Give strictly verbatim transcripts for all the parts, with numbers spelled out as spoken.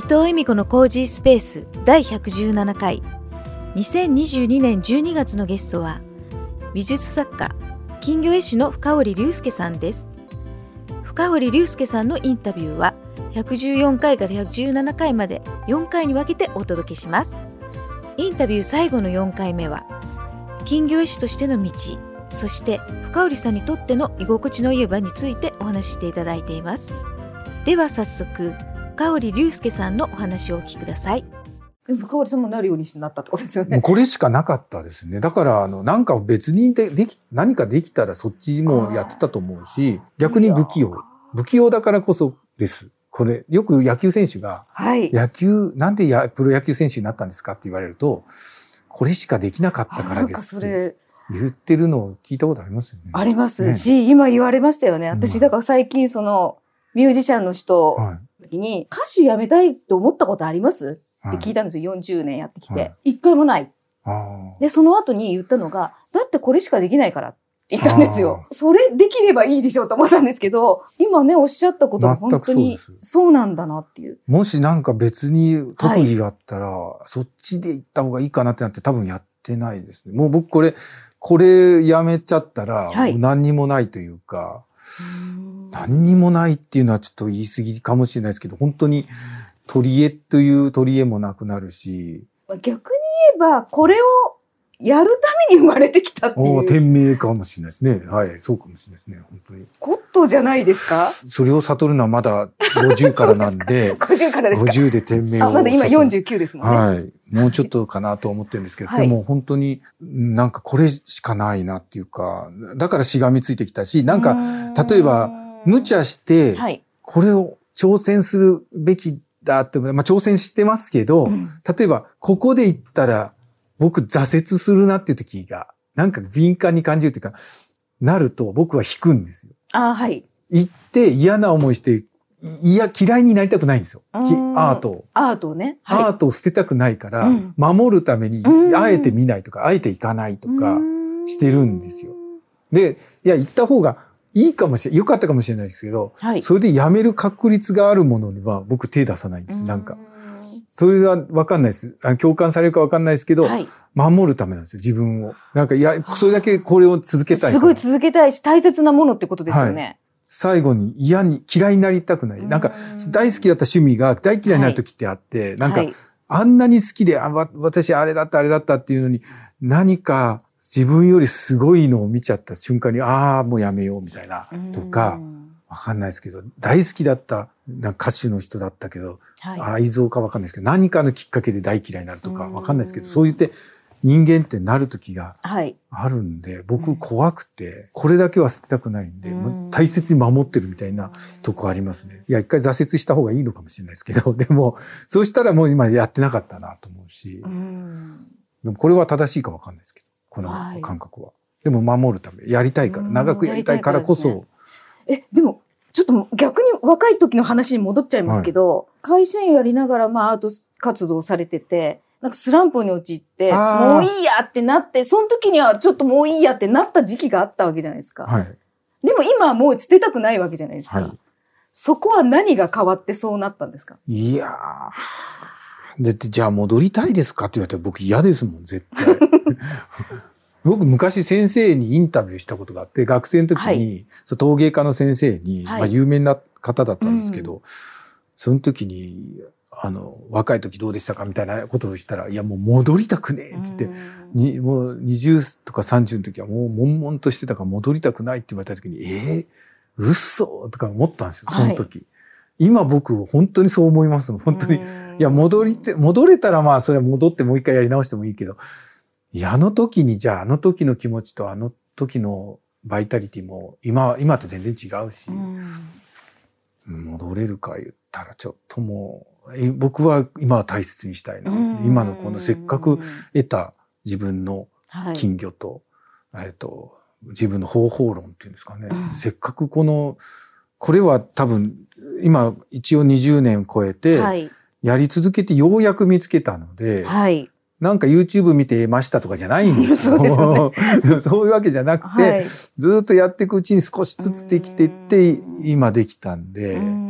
伊藤恵美子のコージースペースだいひゃくじゅうななかい、にせんにじゅうにねんじゅうにがつのゲストは美術作家金魚絵師の深堀隆介さんです。深堀隆介さんのインタビューはひゃくじゅうよんかいからひゃくじゅうななかいまでよんかいに分けてお届けします。インタビュー最後のよんかいめは金魚絵師としての道、そして深堀さんにとっての居心地のいい場についてお話ししていただいています。では早速深堀隆介さんのお話をお聞きください。 深堀さんもなるようになったってことですよね。 もうこれしかなかったですね。だからあのなんか別にででき何かできたらそっちもやってたと思うし、逆に不器用不器用だからこそです。これよく野球選手が、はい、野球なんでやプロ野球選手になったんですかって言われると、これしかできなかったからですって言ってるのを聞いたことありますよね。 ありますし、ね、今言われましたよね。私だから最近そのミュージシャンの人に歌手辞めたいと思ったことありますって聞いたんですよ。よんじゅうねんやってきて。一、はい、回もない。で、その後に言ったのが、だってこれしかできないからって言ったんですよ。それできればいいでしょうと思ったんですけど、今ね、おっしゃったことが本当にそうなんだなっていう。 もしなんか別に特技があったら、はい、そっちで行った方がいいかなってなって多分やってないですね。もう僕これ、これやめちゃったら、はい、もう何にもないというか、何にもないっていうのはちょっと言い過ぎかもしれないですけど、本当に取り柄という取り柄もなくなるし。 逆に言えば、これをやるために生まれてきたっていう。 天命かもしれないですね。はい、そうかもしれないですね。本当に。 コットじゃないですか？ それを悟るのはまだごじゅうからなんで。 ごじゅうからですか？ ごじゅうで天命を。 あ、まだ今よんじゅうきゅうですもんね。 はい。もうちょっとかなと思ってるんですけど、はい、でも本当になんかこれしかないなっていうか、だからしがみついてきたし、なんか、例えば、無茶して、これを挑戦するべきだって、まあ挑戦してますけど、うん、例えば、ここで行ったら、僕挫折するなっていう時が、なんか敏感に感じるというか、なると僕は引くんですよ。 あ、はい。 行って嫌な思いして、いや、嫌いになりたくないんですよ。アートを。 アートをね。 はい、アートを捨てたくないから、うん、守るために、あえて見ないとか、あえて行かないとか、してるんですよ。で、いや、行った方がいいかもしれない、良かったかもしれないですけど、はい、それでやめる確率があるものには僕手出さないんです。なんか。それは分かんないです。共感されるか分かんないですけど、はい、守るためなんですよ、自分を。なんか、いや、それだけこれを続けたい。 すごい続けたいし、大切なものってことですよね。はい、 最後に嫌に、嫌いになりたくない。なんか、大好きだった趣味が大嫌いになる時ってあって、はい、なんか、はい、あんなに好きで、あ、私あれだったあれだったっていうのに、何か自分よりすごいのを見ちゃった瞬間に、ああ、もうやめようみたいな、とか、わかんないですけど、大好きだったなんか歌手の人だったけど、はい、愛憎かわかんないですけど、何かのきっかけで大嫌いになるとか、わかんないですけど、そう言って人間ってなる時があるんで、はい、僕怖くて、これだけは捨てたくないんで、ん大切に守ってるみたいなとこありますね。いや、一回挫折した方がいいのかもしれないですけど、でも、そうしたらもう今やってなかったなと思うし、うんでもこれは正しいかわかんないですけど、この感覚は。はい、でも守るため、やりたいから、長くやりたいからこそ、 え、でも、ちょっと逆に若い時の話に戻っちゃいますけど、はい、会社員やりながらまあアート活動されてて、なんかスランプに陥って、もういいやってなって、その時にはちょっともういいやってなった時期があったわけじゃないですか。はい、でも今はもう捨てたくないわけじゃないですか。はい、そこは何が変わってそうなったんですか？ いやー。で、じゃあ戻りたいですかって言われたら僕嫌ですもん、絶対。僕昔先生にインタビューしたことがあって、学生の時に、はい、そう陶芸家の先生に、はい、まあ有名な方だったんですけど、うん、その時に、あの、若い時どうでしたかみたいなことをしたら、いやもう戻りたくねえって言って、うん、にもうにじゅうとかさんじゅうの時はもう悶々としてたから戻りたくないって言われた時に、えー、嘘とか思ったんですよ、その時。はい、今僕本当にそう思います。本当に。いや戻りて、戻れたらまあそれは戻ってもう一回やり直してもいいけど、いや、あの時に、じゃあ、あの時の気持ちとあの時のバイタリティも、今、今と全然違うし、うん、戻れるか言ったらちょっともう、僕は今は大切にしたいな。今のこのせっかく得た自分の金魚と、はい、えっと、自分の方法論っていうんですかね。うん、せっかくこの、これは多分、今一応にじゅうねん超えて、やり続けてようやく見つけたので、はい、なんか YouTube 見てましたとかじゃないんですよ。そうですよね、そういうわけじゃなくて、はい、ずっとやっていくうちに少しずつできていって、今できたんで、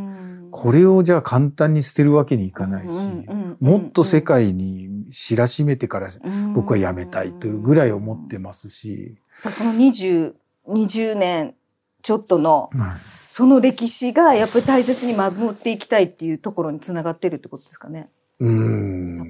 これをじゃあ簡単に捨てるわけにいかないし、もっと世界に知らしめてから僕はやめたいというぐらい思ってますし。 このにじゅう、にじゅうねんちょっとの、その歴史がやっぱり大切に守っていきたいっていうところにつながってるってことですかね。 うん、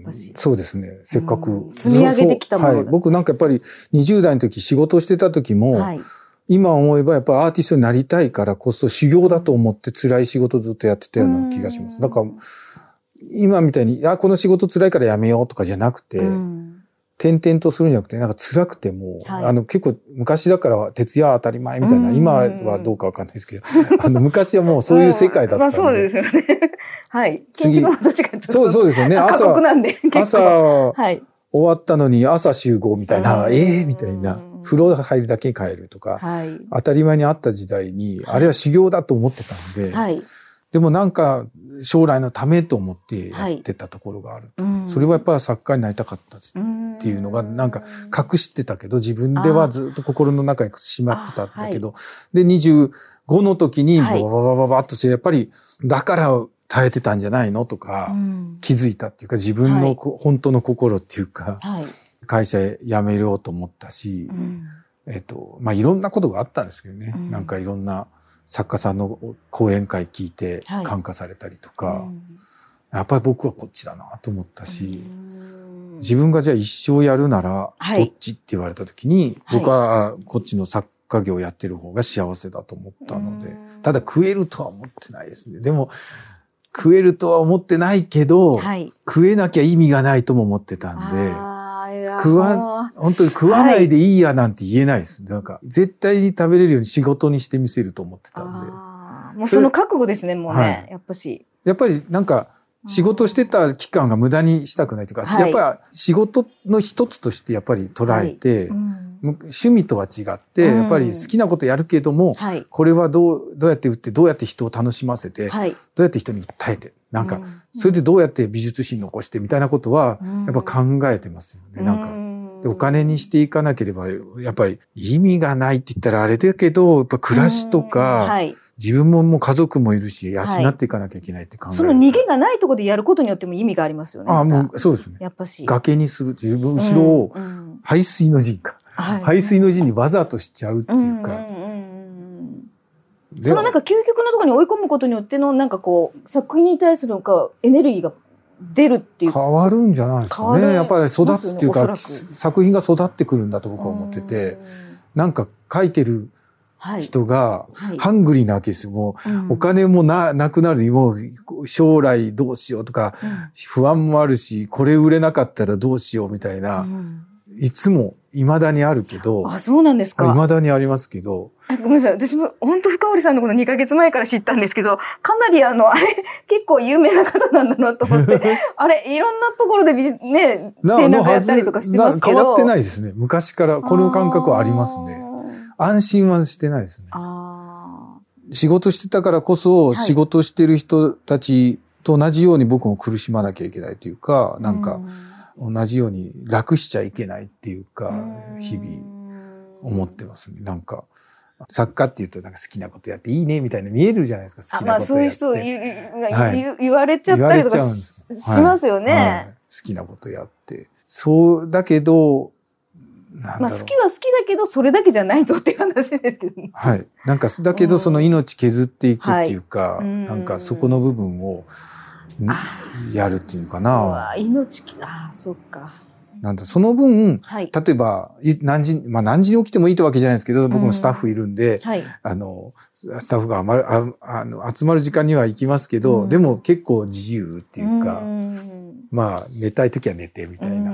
そうですね。せっかく積み上げてきたものだ。 はい、僕なんかやっぱりにじゅう代の時仕事をしてた時も、はい、今思えばやっぱアーティストになりたいからこそ修行だと思って辛い仕事ずっとやってたような気がします。だから今みたいに、あ、この仕事辛いからやめようとかじゃなくて、転々とするんじゃなくて、なんか辛くても、はい、あの結構昔だから徹夜当たり前みたいな、今はどうかわかんないですけど、あの昔はもうそういう世界だったんで。 まあそうですよね。はい。建築もどっちかとそうそうですよね。 朝、過酷なんで朝、はい、終わったのに朝集合みたいな、ええー、みたいな。風呂入るだけ帰るとか、はい、当たり前にあった時代に、あれは修行だと思ってたんで、はい、でもなんか将来のためと思ってやってたところがあると、はい、それはやっぱり作家になりたかったっていうのがなんか隠してたけど、自分ではずっと心の中にしまってたんだけど、はい、でにじゅうごの時にバババババッとしてやっぱりだから耐えてたんじゃないのとか、気づいたっていうか、自分の本当の心っていうか、はい、会社辞めようと思ったし、うん、えっと、まあ、いろんなことがあったんですけどね。うん、なんかいろんな作家さんの講演会聞いて感化されたりとか、はい、うん、やっぱり僕はこっちだなと思ったし、うん、自分がじゃあ一生やるならどっちって言われた時に、はい、僕はこっちの作家業やってる方が幸せだと思ったので、ただ食えるとは思ってないですね。でも、食えるとは思ってないけど、はい、食えなきゃ意味がないとも思ってたんで、食わ、本当に食わないでいいやなんて言えないです。はい、なんか、絶対に食べれるように仕事にしてみせると思ってたんで。 もうその覚悟ですね、もうね、はい、やっぱし。 やっぱりなんか、仕事してた期間が無駄にしたくないというか、はい、やっぱり仕事の一つとしてやっぱり捉えて、はい、うん、趣味とは違って、やっぱり好きなことやるけども、うん、これはどう、どうやって売って、どうやって人を楽しませて、はい、どうやって人に訴えて、なんか、それでどうやって美術史に残してみたいなことは、やっぱ考えてますよね。うん、なんかで、お金にしていかなければ、やっぱり意味がないって言ったらあれだけど、やっぱ暮らしとか、はい、自分ももう家族もいるし、養っていかなきゃいけないって考える、はい、 その逃げがないところでやることによっても意味がありますよね。 ああ、もう、そうですね。 やっぱし。 崖にする。自分、後ろを、排水の陣か。うんうん、排水の陣にわざとしちゃうっていうか。 そのなんか究極のところに追い込むことによっての、なんかこう、作品に対するなんかエネルギーが出るっていう。 変わるんじゃないですかね。やっぱり育つっていうか、作品が育ってくるんだと僕は思ってて、なんか書いてる人がハングリーなわけですよ。もうお金もな、なくなる。もう将来どうしようとか、不安もあるし、これ売れなかったらどうしようみたいな、いつも未だにあるけど。 あ、そうなんですか。 未だにありますけど。 ごめんなさい。私も本当深堀さんのこのにかげつまえから知ったんですけど、かなりあの、あれ、結構有名な方なんだなと思って、あれ、いろんなところでね、展覧会やったりとかしてますけど。 変わってないですね。昔からこの感覚はありますね。安心はしてないですね。仕事してたからこそ、仕事してる人たちと同じように僕も苦しまなきゃいけないというか、なんか、同じように楽しちゃいけないっていうか、日々思ってますね。なんか、作家って言うとなんか好きなことやっていいねみたいな見えるじゃないですか、好きなことやって。 あ、まあそういう人、はい、言われちゃったりとか し, しますよね、はいはい。好きなことやって。そうだけど、 まあ好きは好きだけど、それだけじゃないぞっていう話ですけどね。 はい。なんか、だけどその命削っていくっていうか、はい、なんかそこの部分をやるっていうのかな。 うわ、命、ああ、そっか。 なんだ、その分、はい、例えば、何時、まあ何時に起きてもいいってわけじゃないですけど、僕もスタッフいるんで、うん、はい、あの、スタッフがあまり、ああの集まる時間には行きますけど、うん、でも結構自由っていうか、うん、まあ寝たい時は寝てみたいな。うん、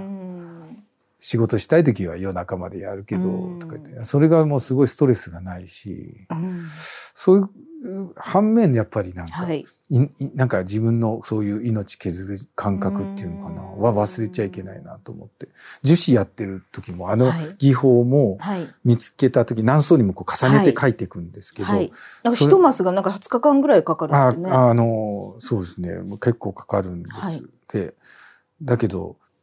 仕事したい時は夜中までやるけど、うん、とか言って、それがもうすごいストレスがないし、うん、そういう反面やっぱりなんか、はい、なんか自分のそういう命削る感覚っていうのかなは忘れちゃいけないなと思って。樹脂やってる時もあの技法も見つけた時何層にもこう重ねて書いていくんですけど。はいはい、 なんか一マスがなんかはつかかんぐらいかかるってね。 あ、あの、そうですね。結構かかるんです。はい、で、だけど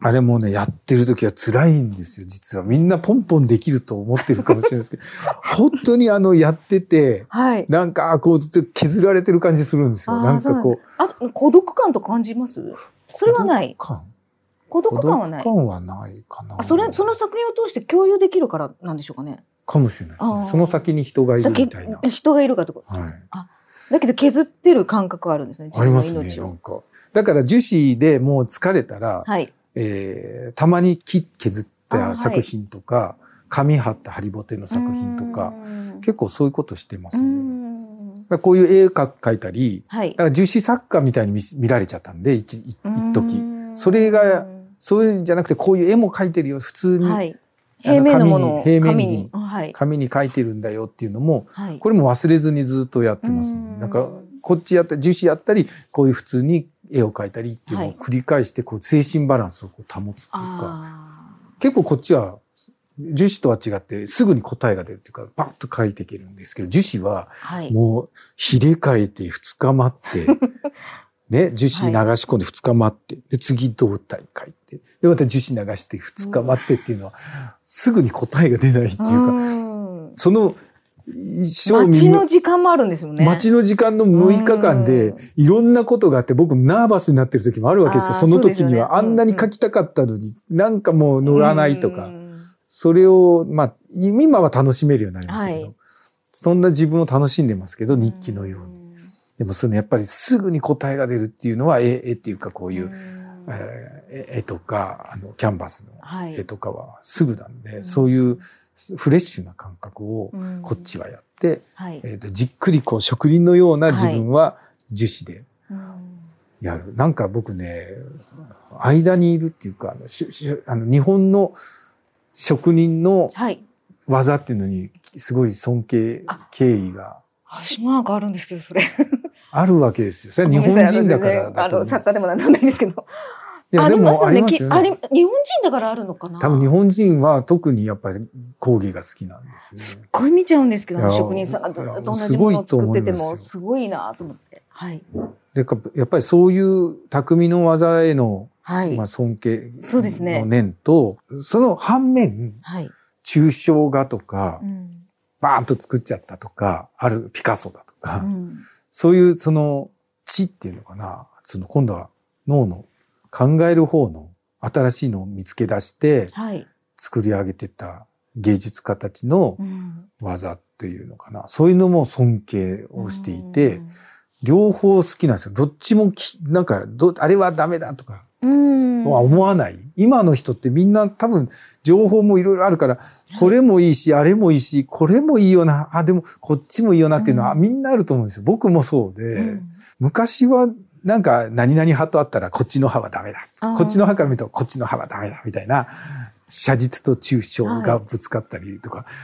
あれもね、やってる時は辛いんですよ、実は。みんなポンポンできると思ってるかもしれないですけど、本当にあの、やってて、はい、なんか、こう、削られてる感じするんですよ。なんかこう。 あと、孤独感と感じます？それはない。孤独感はない。 孤独感はないかな。 あ、それ、その作品を通して共有できるからなんでしょうかね。 かもしれないですね。その先に人がいるみたいな。 人がいるかとか。はい。あ、だけど削ってる感覚があるんですね。 自分の命を。ありますね、なんか。だから樹脂でもう疲れたら、はい。えー、たまに木削った作品とか、はい、紙貼ったハリボテの作品とか、結構そういうことしてますね。こういう絵描いたり、はい、だから樹脂作家みたいに 見, 見られちゃったんで、一時。それが、そういうんじゃなくて、こういう絵も描いてるよ、普通に。はい、 平面のものを平面に、紙に描いてるんだよっていうのも、はい、これも忘れずにずっとやってます、ね。なんか、こっちやったり、樹脂やったり、こういう普通に絵を描いたりっていうのを繰り返して、こう精神バランスをこう保つっていうか、結構こっちは、樹脂とは違ってすぐに答えが出るっていうか、パッと描いていけるんですけど、樹脂はもうひれ替えてふつか待って、ね、樹脂流し込んでふつか待って、で次胴体描いて、でまた樹脂流してふつか待ってっていうのは、すぐに答えが出ないっていうか、その一生待ちの時間もあるんですよね。 待ちの時間のむいかかんで、いろんなことがあって、僕ナーバスになってる時もあるわけですよ。その時には、あんなに書きたかったのに、なんかもう乗らないとか。それを、まあ、今は楽しめるようになりましたけど、はい、そんな自分を楽しんでますけど、日記のように。でもそのやっぱりすぐに答えが出るっていうのは、絵、絵っていうかこういう、えー、絵とか、あの、キャンバスの絵とかはすぐなんで、はい、そういうフレッシュな感覚をこっちはやって、はい、えーと、じっくりこう職人のような自分は樹脂でやる。はい、なんか僕ね、間にいるっていうか、あの、ししあの日本の職人の技っていうのにすごい尊敬、敬意が。 私もなんかあるんですけど、それ。 あるわけですよ。それは日本人だからだと。 あの、作家でもなんでもないんですけど。いや、でもありますよね。あり、日本人だからあるのかな。 多分日本人は特にやっぱり工芸が好きなんですよね。 すっごい見ちゃうんですけど、職人さんが同じものを作っててもすごいなと思って。はい。 で、やっぱりそういう匠の技への、はい、まあ尊敬の念と、そ, ね、その反面、はい、抽象画とか、うん、バーンと作っちゃったとか、あるピカソだとか、うん、そういうその知っていうのかな、その今度は脳の考える方の新しいのを見つけ出して、はい、作り上げてた芸術家たちの技っていうのかな、うん、そういうのも尊敬をしていて、うん、両方好きなんですよ。どっちもきなんかどあれはダメだとか。は思わない。今の人ってみんな多分情報もいろいろあるから、これもいいし、あれもいいし、これもいいよな、あ、でもこっちもいいよなっていうのはみんなあると思うんですよ。僕もそうで、うん、昔はなんか何々派とあったらこっちの派はダメだ。こっちの派から見るとこっちの派はダメだみたいな、写実と抽象がぶつかったりとか、はい、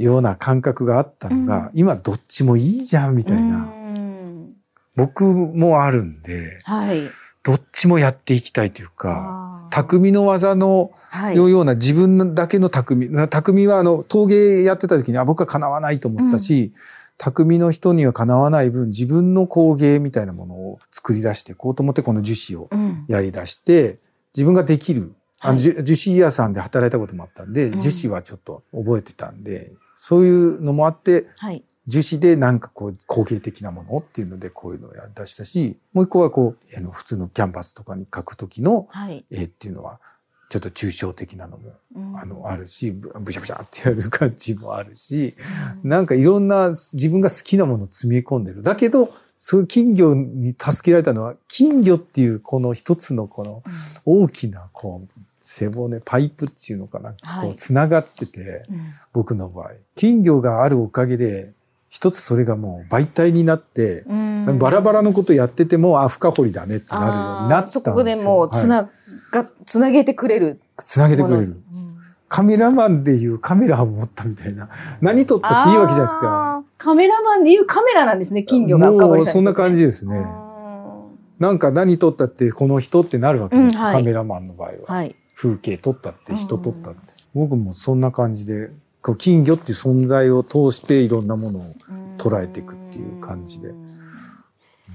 ような感覚があったのが、うん、今どっちもいいじゃんみたいな。うん、僕もあるんで、はい、どっちもやっていきたいというか、匠の技のような自分だけの匠、はい、匠はあの陶芸やってた時には僕は叶わないと思ったし、うん、匠の人には叶わない分自分の工芸みたいなものを作り出していこうと思ってこの樹脂をやり出して、うん、自分ができる、あの樹脂屋さんで働いたこともあったんで、うん、樹脂はちょっと覚えてたんで、そういうのもあって、はい、樹脂でなんかこう工芸的なものっていうのでこういうのをやり出したし、もう一個はこうあの普通のキャンバスとかに描く時の絵っていうのはちょっと抽象的なのも、うん、あのあるし、ブシャブシャってやる感じもあるし、うん、なんかいろんな自分が好きなものを積み込んでる。だけどそういう金魚に助けられたのは金魚っていうこの一つのこの大きなこう背骨パイプっていうのかな、はい、こうつながってて、うん、僕の場合金魚があるおかげで一つそれがもう媒体になって、バラバラのことやってても、あ、深掘りだねってなるようになったんですよ。 そこでもうつな、はい、が、つなげてくれる。 つなげてくれる。うん、カメラマンでいうカメラを持ったみたいな。何撮ったっていいわけじゃないですか。 カメラマンでいうカメラなんですね、金魚が深掘りされて、ね。 もうそんな感じですね。なんか何撮ったってこの人ってなるわけです、うんはい、カメラマンの場合は。はい、風景撮ったって人撮ったって。僕もそんな感じで。金魚っていう存在を通していろんなものを捉えていくっていう感じで。うん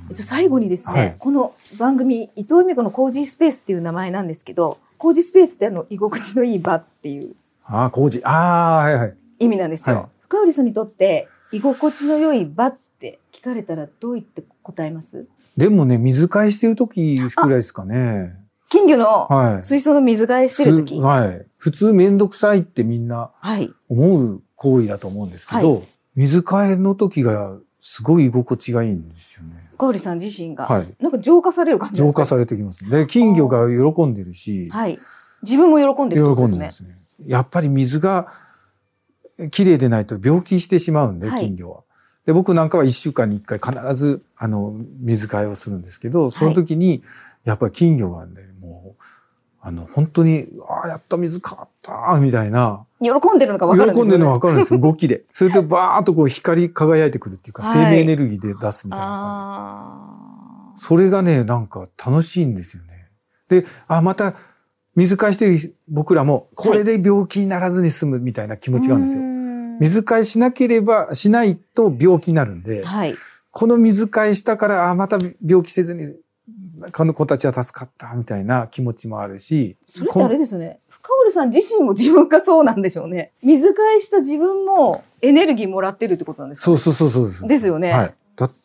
えっと、最後にですね、はい、この番組、伊藤由美子のコージースペースっていう名前なんですけど、コージースペースってあの、居心地のいい場っていう。 ああ、コージー。ああ、はいはい。 意味なんですよ。はい、深堀さんにとって、居心地の良い場って聞かれたらどう言って答えます？ でもね、水替えしてる時くらいですかね。 金魚の水槽の水替えしてる時、 はい、はい。普通めんどくさいってみんな思う行為だと思うんですけど、はい、水替えの時がすごい居心地がいいんですよね。 深堀さん自身が、はい、なんか浄化される感じですか？ 浄化されてきます。で、金魚が喜んでるし、 はい、自分も喜んでるってことですね。喜んでるんですね。 やっぱり水が綺麗でないと病気してしまうんで、金魚は。はい、で、僕なんかはいっしゅうかんにいっかい必ず、あの、水替えをするんですけど、その時に、やっぱり金魚がね、もう、あの、本当に、ああ、やった水変わったみたいな。 喜んでるのか分かるんですよね。 喜んでるのが分かるんですよ、動きで。それでバーッとこう光り輝いてくるっていうか、はい、生命エネルギーで出すみたいな感じ。それがね、なんか楽しいんですよね。で、あ、また、水替えしてる僕らも、これで病気にならずに済むみたいな気持ちがあるんですよ。はい、水替えしなければ、しないと病気になるんで、はい、この水替えしたから、あ、また病気せずに、この子たちは助かったみたいな気持ちもあるし。 それってあれですね。深堀さん自身も自分がそうなんでしょうね。水替えした自分もエネルギーもらってるってことなんですかね。 そうそうそうそう。 ですよね。はい。 だって、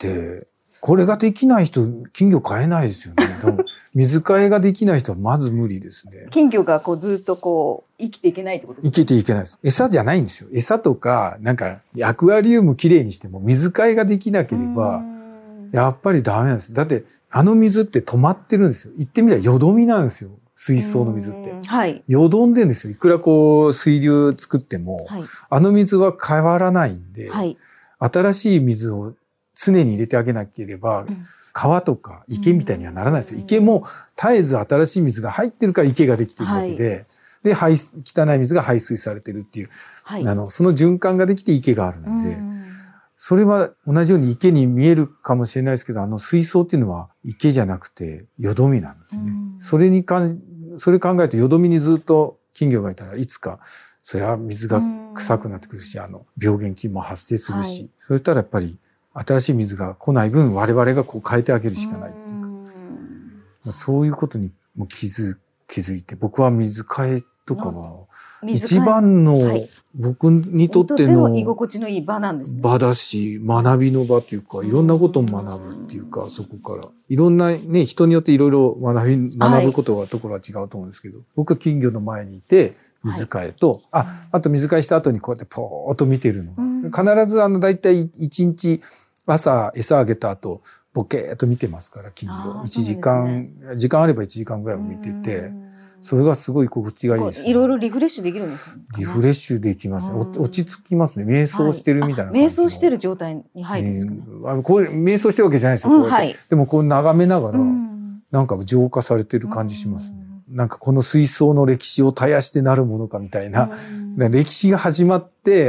これができない人、金魚飼えないですよね。多分水替えができない人はまず無理ですね。 金魚がこうずっとこう生きていけないってことですか？ 生きていけないです。餌じゃないんですよ。餌とか、なんかアクアリウムきれいにしても水替えができなければ、やっぱりダメなんです。だって、あの水って止まってるんですよ。言ってみたらよどみなんですよ。水槽の水って。はい。よどんでんですよ。いくらこう水流作っても、はい、あの水は変わらないんで、はい、新しい水を常に入れてあげなければ、うん、川とか池みたいにはならないですよ。池も絶えず新しい水が入ってるから池ができてるわけで、はい、で、排汚い水が排水されてるっていう、はい、あの、その循環ができて池があるんで、それは同じように池に見えるかもしれないですけど、あの水槽っていうのは池じゃなくてよどみなんですね。それにかん、それ考えるとよどみにずっと金魚がいたらいつか、それは水が臭くなってくるし、あの、病原菌も発生するし、はい、そしたらやっぱり新しい水が来ない分我々がこう変えてあげるしかないっていうか、うそういうことにも気づ、気づいて、僕は水替えとかは一番の僕にとっての居心地のいい場なんですね。 場だし、学びの場っていうか、いろんなことを学ぶっていうか、そこからいろんなね、人によっていろいろ学び、学ぶことは、ところは違うと思うんですけど、僕は金魚の前にいて水替えと、はい、あ、あと水替えした後にこうやってポーっと見てるのが、必ずあのだいたい一日朝餌あげた後ボケーっと見てますから、金魚いちじかん、ね、時間あればいちじかんぐらいも見てて。それがすごい心地がいいですね。 いろいろリフレッシュできるんですね。 リフレッシュできますね。落ち着きますね。瞑想してるみたいな感じ、 はい、瞑想してる状態に入るんですかね。 ね、あのこれ瞑想してるわけじゃないですよ。こうやって、はい、でもこう眺めながら、なんか浄化されてる感じしますね。なんかこの水槽の歴史を絶やしてなるものかみたいな。歴史が始まって、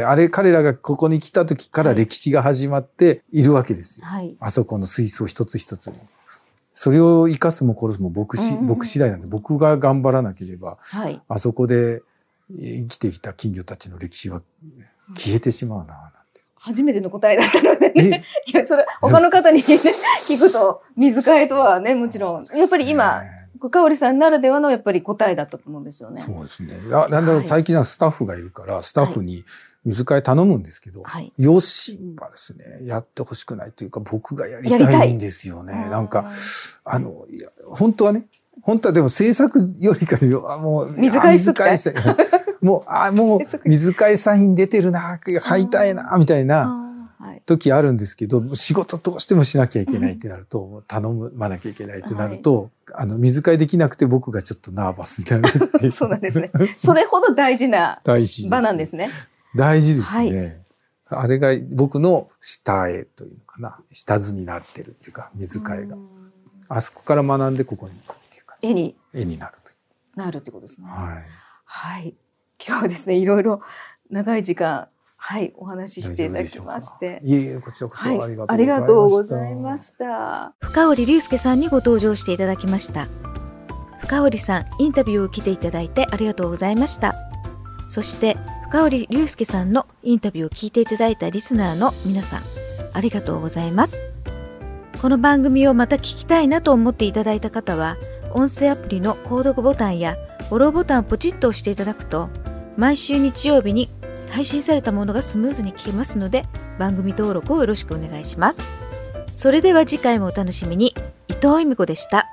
あれ彼らがここに来た時から歴史が始まっているわけですよ。はい、あそこの水槽一つ一つに。それを生かすも殺すも僕し、僕次第なんで、僕が頑張らなければ、はい、あそこで生きてきた金魚たちの歴史は消えてしまうな、なんて。 初めての答えだったのでね。いや、それ、他の方に、ね、聞くと、水替えとはね、もちろん、やっぱり今、深堀さんならではのやっぱり答えだったと思うんですよね。 そうですね。あ、なんだろう、最近はスタッフがいるから、スタッフに水替え頼むんですけど、はい、よしんばですね、やってほしくないというか、僕がやりたいんですよね。なんか、あの、いや、本当はね、本当はでも制作よりかよ、もう、 水替えしときたい。 もう、あ、もう、水替えサイン出てるな、買いたいな、みたいな時あるんですけど、仕事どうしてもしなきゃいけないってなると、頼まなきゃいけないってなると、はい、あの、水替えできなくて僕がちょっとナーバスになるっていう。 そうなんですね。それほど大事な場なんですね。 大事ですね。はい、あれが僕の下絵というのかな。下図になってるっていうか、水替えが。あそこから学んでここに行くっていうか、 絵に。 絵になるという。 なるってことですね。 はい。 はい。今日はですね、いろいろ長い時間、はい、お話ししていただきまして。 いえいえ、こちらこそありがとうございました。はい、 ありがとうございました。 深堀隆介さんにご登場していただきました。深堀さん、インタビューを受けていただいてありがとうございました。そして深堀隆介さんのインタビューを聞いていただいたリスナーの皆さん、ありがとうございます。 この番組をまた聞きたいなと思っていただいた方は、音声アプリの購読ボタンやフォローボタンをポチッと押していただくと、毎週日曜日に配信されたものがスムーズに聞けますので、番組登録をよろしくお願いします。それでは次回もお楽しみに。伊藤由美子でした。